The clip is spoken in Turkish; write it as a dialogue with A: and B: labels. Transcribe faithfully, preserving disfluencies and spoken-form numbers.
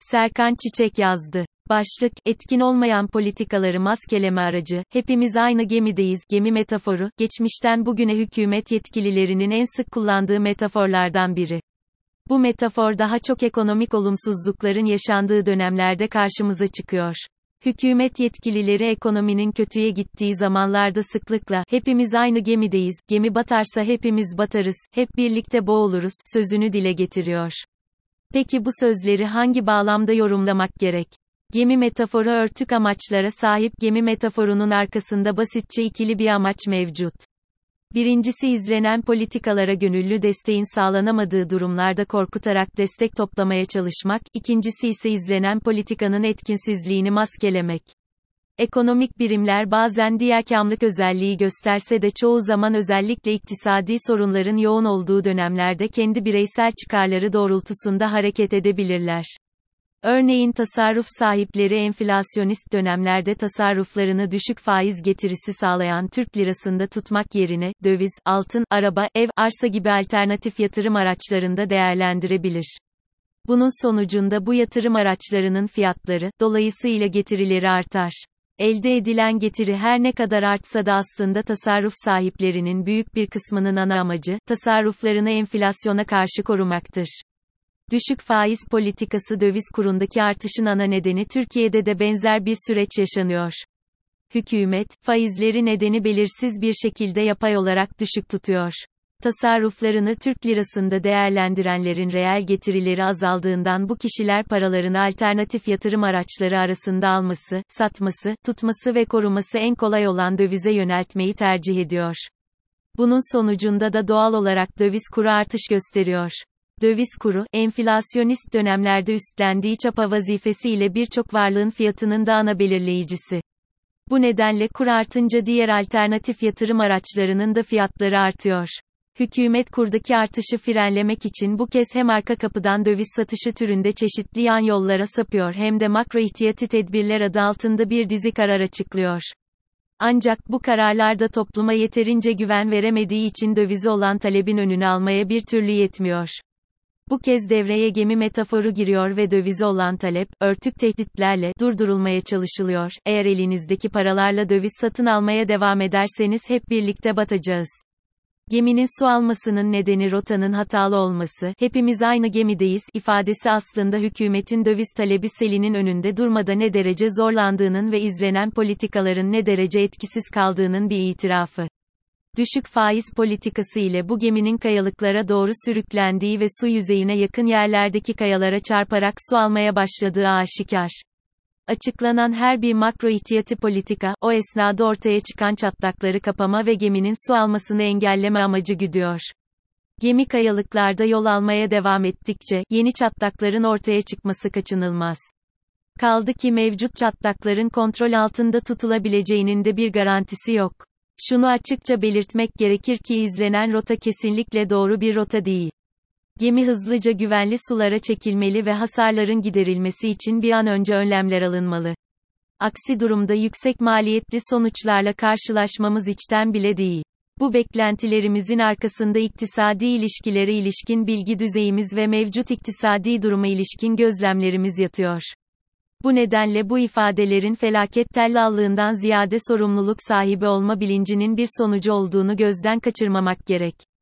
A: Serkan Çiçek yazdı. Başlık, etkin olmayan politikaları maskeleme aracı, hepimiz aynı gemideyiz, gemi metaforu, geçmişten bugüne hükümet yetkililerinin en sık kullandığı metaforlardan biri. Bu metafor daha çok ekonomik olumsuzlukların yaşandığı dönemlerde karşımıza çıkıyor. Hükümet yetkilileri ekonominin kötüye gittiği zamanlarda sıklıkla, hepimiz aynı gemideyiz, gemi batarsa hepimiz batarız, hep birlikte boğuluruz, sözünü dile getiriyor. Peki bu sözleri hangi bağlamda yorumlamak gerek? Gemi metaforu örtük amaçlara sahip. Gemi metaforunun arkasında basitçe ikili bir amaç mevcut. Birincisi, izlenen politikalara gönüllü desteğin sağlanamadığı durumlarda korkutarak destek toplamaya çalışmak, ikincisi ise izlenen politikanın etkinsizliğini maskelemek. Ekonomik birimler bazen diğerkamlık özelliği gösterse de çoğu zaman özellikle iktisadi sorunların yoğun olduğu dönemlerde kendi bireysel çıkarları doğrultusunda hareket edebilirler. Örneğin tasarruf sahipleri enflasyonist dönemlerde tasarruflarını düşük faiz getirisi sağlayan Türk lirasında tutmak yerine, döviz, altın, araba, ev, arsa gibi alternatif yatırım araçlarında değerlendirebilir. Bunun sonucunda bu yatırım araçlarının fiyatları, dolayısıyla getirileri artar. Elde edilen getiri her ne kadar artsa da aslında tasarruf sahiplerinin büyük bir kısmının ana amacı, tasarruflarını enflasyona karşı korumaktır. Düşük faiz politikası döviz kurundaki artışın ana nedeni. Türkiye'de de benzer bir süreç yaşanıyor. Hükümet, faizleri nedeni belirsiz bir şekilde yapay olarak düşük tutuyor. Tasarruflarını Türk lirasında değerlendirenlerin reel getirileri azaldığından bu kişiler paralarını alternatif yatırım araçları arasında alması, satması, tutması ve koruması en kolay olan dövize yöneltmeyi tercih ediyor. Bunun sonucunda da doğal olarak döviz kuru artış gösteriyor. Döviz kuru, enflasyonist dönemlerde üstlendiği çapa vazifesiyle birçok varlığın fiyatının da ana belirleyicisi. Bu nedenle kur artınca diğer alternatif yatırım araçlarının da fiyatları artıyor. Hükümet kurdaki artışı frenlemek için bu kez hem arka kapıdan döviz satışı türünde çeşitli yan yollara sapıyor hem de makro ihtiyati tedbirler adı altında bir dizi karar açıklıyor. Ancak bu kararlarda topluma yeterince güven veremediği için dövize olan talebin önünü almaya bir türlü yetmiyor. Bu kez devreye gemi metaforu giriyor ve dövize olan talep, örtük tehditlerle, durdurulmaya çalışılıyor. Eğer elinizdeki paralarla döviz satın almaya devam ederseniz hep birlikte batacağız. Geminin su almasının nedeni rotanın hatalı olması, hepimiz aynı gemideyiz, ifadesi aslında hükümetin döviz talebi selinin önünde durmada ne derece zorlandığının ve izlenen politikaların ne derece etkisiz kaldığının bir itirafı. Düşük faiz politikası ile bu geminin kayalıklara doğru sürüklendiği ve su yüzeyine yakın yerlerdeki kayalara çarparak su almaya başladığı aşikar. Açıklanan her bir makro ihtiyati politika, o esnada ortaya çıkan çatlakları kapama ve geminin su almasını engelleme amacı güdüyor. Gemi kayalıklarda yol almaya devam ettikçe, yeni çatlakların ortaya çıkması kaçınılmaz. Kaldı ki mevcut çatlakların kontrol altında tutulabileceğinin de bir garantisi yok. Şunu açıkça belirtmek gerekir ki izlenen rota kesinlikle doğru bir rota değil. Gemi hızlıca güvenli sulara çekilmeli ve hasarların giderilmesi için bir an önce önlemler alınmalı. Aksi durumda yüksek maliyetli sonuçlarla karşılaşmamız içten bile değil. Bu beklentilerimizin arkasında iktisadi ilişkilere ilişkin bilgi düzeyimiz ve mevcut iktisadi duruma ilişkin gözlemlerimiz yatıyor. Bu nedenle bu ifadelerin felaket tellallığından ziyade sorumluluk sahibi olma bilincinin bir sonucu olduğunu gözden kaçırmamak gerek.